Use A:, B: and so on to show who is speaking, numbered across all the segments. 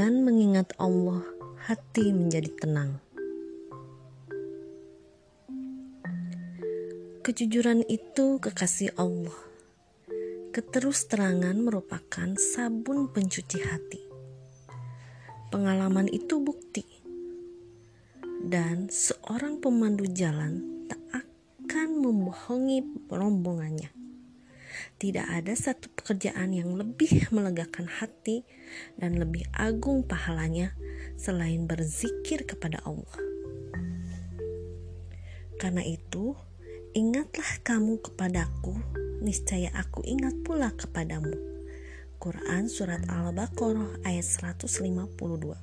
A: Dengan mengingat Allah, hati menjadi tenang. Kejujuran itu kekasih Allah. Keterus-terangan merupakan sabun pencuci hati. Pengalaman itu bukti. Dan seorang pemandu jalan tak akan membohongi rombongannya. Tidak ada satu pekerjaan yang lebih melegakan hati dan lebih agung pahalanya selain berzikir kepada Allah. Karena itu, ingatlah kamu kepadaku, niscaya aku ingat pula kepadamu. Quran Surat Al-Baqarah ayat 152.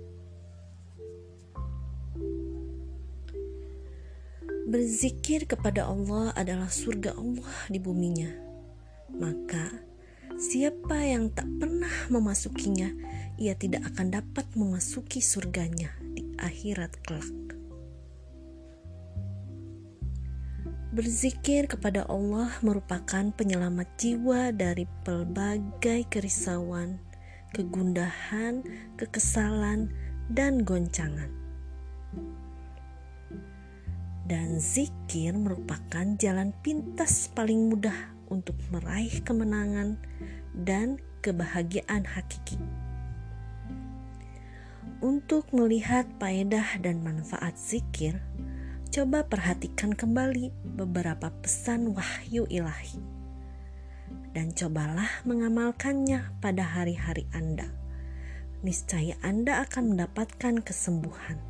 A: Berzikir kepada Allah adalah surga Allah di buminya. Maka siapa yang tak pernah memasukinya, ia tidak akan dapat memasuki surganya di akhirat kelak. Berzikir kepada Allah merupakan penyelamat jiwa dari pelbagai kerisauan, kegundahan, kekesalan, dan goncangan. Dan zikir merupakan jalan pintas paling mudah untuk meraih kemenangan dan kebahagiaan hakiki. Untuk melihat faedah dan manfaat zikir, coba perhatikan kembali beberapa pesan wahyu ilahi. Dan cobalah mengamalkannya pada hari-hari Anda. Niscaya Anda akan mendapatkan kesembuhan.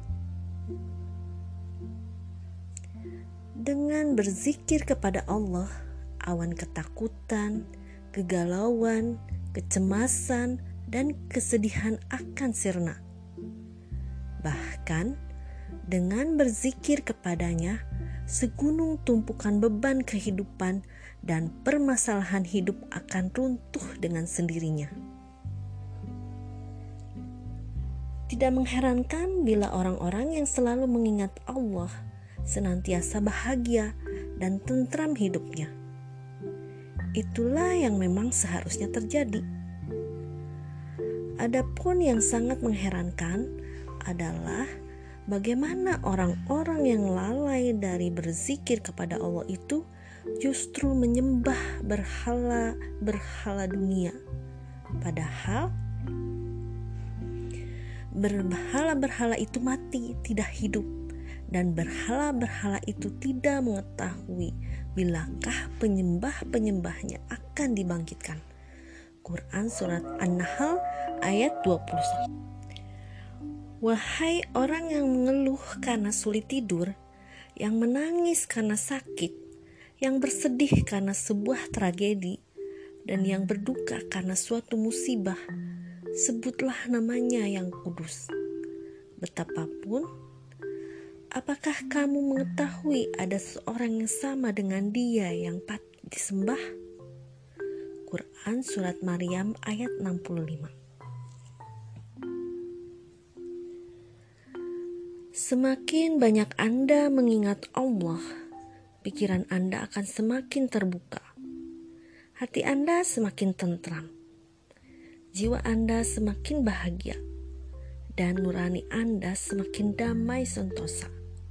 A: Dengan berzikir kepada Allah, awan ketakutan, kegalauan, kecemasan, dan kesedihan akan sirna. Bahkan, dengan berzikir kepadanya, segunung tumpukan beban kehidupan dan permasalahan hidup akan runtuh dengan sendirinya. Tidak mengherankan bila orang-orang yang selalu mengingat Allah senantiasa bahagia dan tentram hidupnya. Itulah yang memang seharusnya terjadi. Adapun yang sangat mengherankan adalah bagaimana orang-orang yang lalai dari berzikir kepada Allah itu justru menyembah berhala dunia. Padahal berhala-berhala itu mati, tidak hidup. Dan berhala-berhala itu tidak mengetahui bilakah penyembah-penyembahnya akan dibangkitkan. Quran Surat An-Nahl ayat 21. Wahai orang yang mengeluh karena sulit tidur, yang menangis karena sakit, yang bersedih karena sebuah tragedi, dan yang berduka karena suatu musibah, sebutlah namanya yang kudus. Betapapun, apakah kamu mengetahui ada seorang yang sama dengan dia yang patut disembah? Quran Surat Maryam ayat 65. Semakin banyak Anda mengingat Allah, pikiran Anda akan semakin terbuka. Hati Anda semakin tentram. Jiwa Anda semakin bahagia. Dan nurani Anda semakin damai sentosa.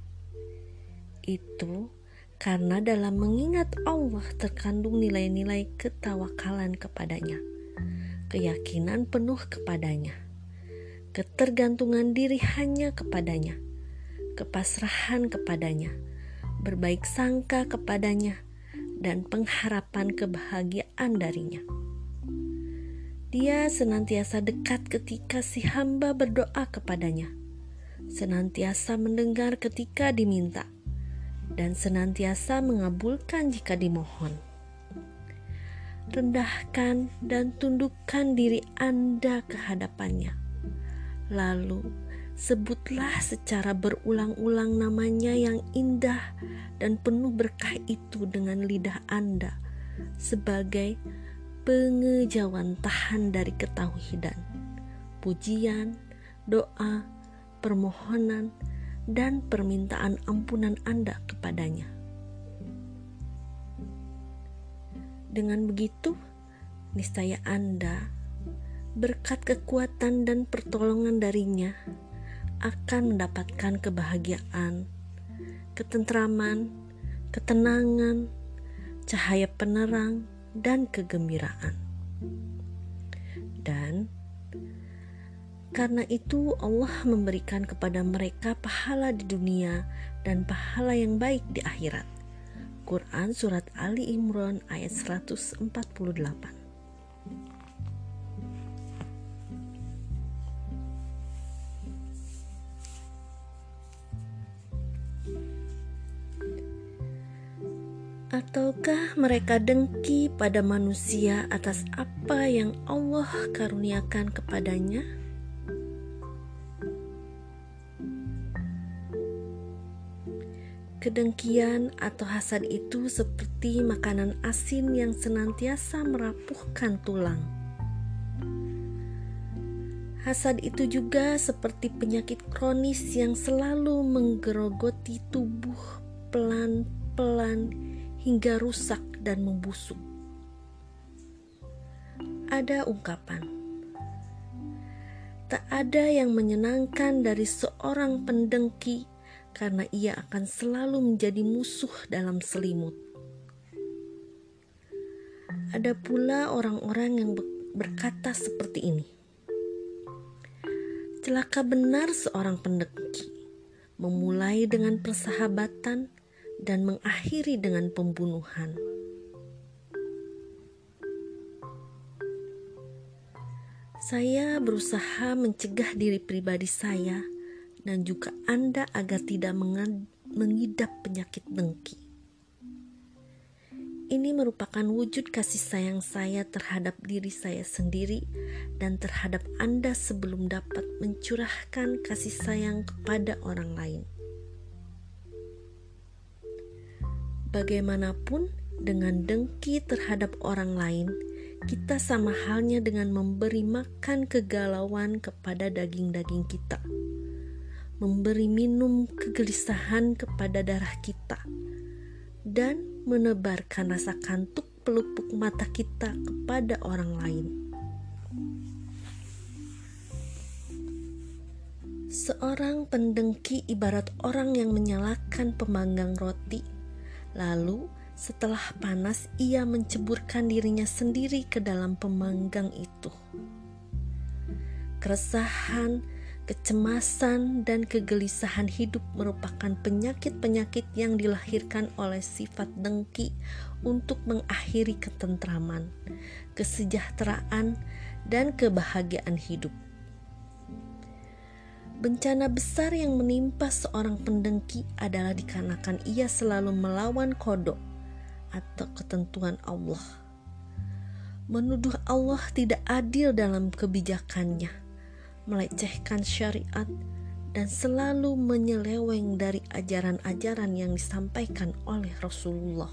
A: Itu karena dalam mengingat Allah terkandung nilai-nilai ketawakalan kepadanya, keyakinan penuh kepadanya, ketergantungan diri hanya kepadanya, kepasrahan kepadanya, berbaik sangka kepadanya, dan pengharapan kebahagiaan darinya. Dia senantiasa dekat ketika si hamba berdoa kepadanya, senantiasa mendengar ketika diminta, dan senantiasa mengabulkan jika dimohon. Rendahkan dan tundukkan diri Anda ke hadapannya. Lalu sebutlah secara berulang-ulang namanya yang indah dan penuh berkah itu dengan lidah Anda sebagai pengejauhan tahan dari ketauhidan, pujian, doa, permohonan, dan permintaan ampunan Anda kepadanya. Dengan begitu, niscaya Anda berkat kekuatan dan pertolongan darinya, akan mendapatkan kebahagiaan, ketentraman, ketenangan, cahaya penerang, dan kegembiraan. Dan karena itu Allah memberikan kepada mereka pahala di dunia dan pahala yang baik di akhirat. Quran Surat Ali Imran ayat 148. Ataukah mereka dengki pada manusia atas apa yang Allah karuniakan kepadanya? Kedengkian atau hasad itu seperti makanan asin yang senantiasa merapuhkan tulang. Hasad itu juga seperti penyakit kronis yang selalu menggerogoti tubuh pelan-pelan hingga rusak dan membusuk. Ada ungkapan, tak ada yang menyenangkan dari seorang pendengki karena ia akan selalu menjadi musuh dalam selimut. Ada pula orang-orang yang berkata seperti ini, celaka benar seorang pendengki, memulai dengan persahabatan dan mengakhiri dengan pembunuhan. Saya berusaha mencegah diri pribadi saya dan juga Anda agar tidak mengidap penyakit dengki. Ini merupakan wujud kasih sayang saya terhadap diri saya sendiri dan terhadap Anda sebelum dapat mencurahkan kasih sayang kepada orang lain. Bagaimanapun, dengan dengki terhadap orang lain, kita sama halnya dengan memberi makan kegalauan kepada daging-daging kita, memberi minum kegelisahan kepada darah kita, dan menebarkan rasa kantuk pelupuk mata kita kepada orang lain. Seorang pendengki ibarat orang yang menyalakan pemanggang roti. Lalu setelah panas ia menceburkan dirinya sendiri ke dalam pemanggang itu. Keresahan, kecemasan, dan kegelisahan hidup merupakan penyakit-penyakit yang dilahirkan oleh sifat dengki untuk mengakhiri ketentraman, kesejahteraan, dan kebahagiaan hidup. Bencana besar yang menimpa seorang pendengki adalah dikarenakan ia selalu melawan qada atau ketentuan Allah. Menuduh Allah tidak adil dalam kebijakannya, melecehkan syariat, dan selalu menyeleweng dari ajaran-ajaran yang disampaikan oleh Rasulullah.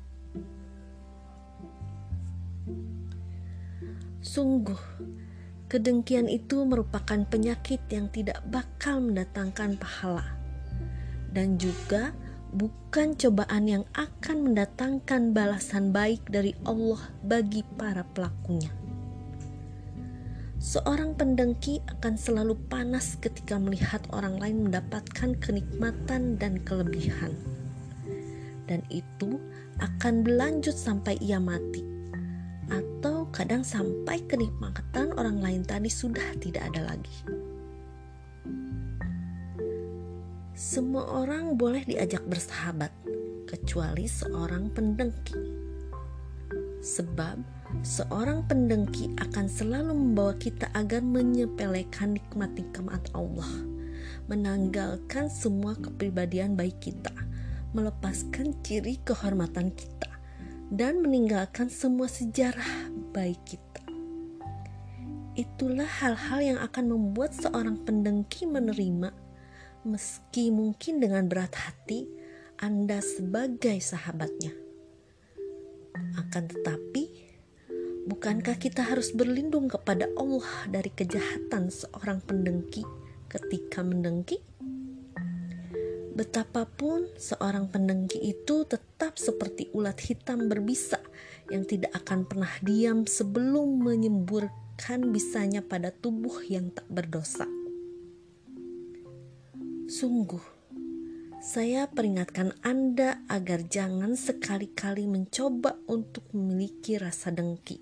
A: Sungguh, kedengkian itu merupakan penyakit yang tidak bakal mendatangkan pahala, dan juga bukan cobaan yang akan mendatangkan balasan baik dari Allah bagi para pelakunya. Seorang pendengki akan selalu panas ketika melihat orang lain mendapatkan kenikmatan dan kelebihan, dan itu akan berlanjut sampai ia mati, atau kadang sampai kenikmatan orang lain tadi sudah tidak ada lagi. Semua orang boleh diajak bersahabat, kecuali seorang pendengki. Sebab seorang pendengki akan selalu membawa kita agar menyepelekan nikmat-nikmat Allah, menanggalkan semua kepribadian baik kita, melepaskan ciri kehormatan kita, dan meninggalkan semua sejarah baik kita. Itulah hal-hal yang akan membuat seorang pendengki menerima, meski mungkin dengan berat hati, Anda sebagai sahabatnya. Akan tetapi, bukankah kita harus berlindung kepada Allah dari kejahatan seorang pendengki ketika mendengki? Betapapun seorang pendengki itu tetap seperti ulat hitam berbisa yang tidak akan pernah diam sebelum menyembur menunjukkan bisanya pada tubuh yang tak berdosa. Sungguh, saya peringatkan Anda agar jangan sekali-kali mencoba untuk memiliki rasa dengki.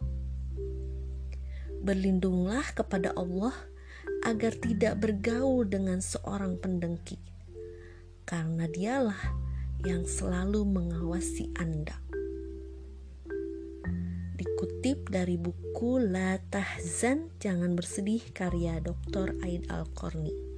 A: Berlindunglah kepada Allah agar tidak bergaul dengan seorang pendengki, karena dialah yang selalu mengawasi Anda. Dikutip dari buku La Tahzan, Jangan Bersedih karya Dr. Aid Al-Qarni.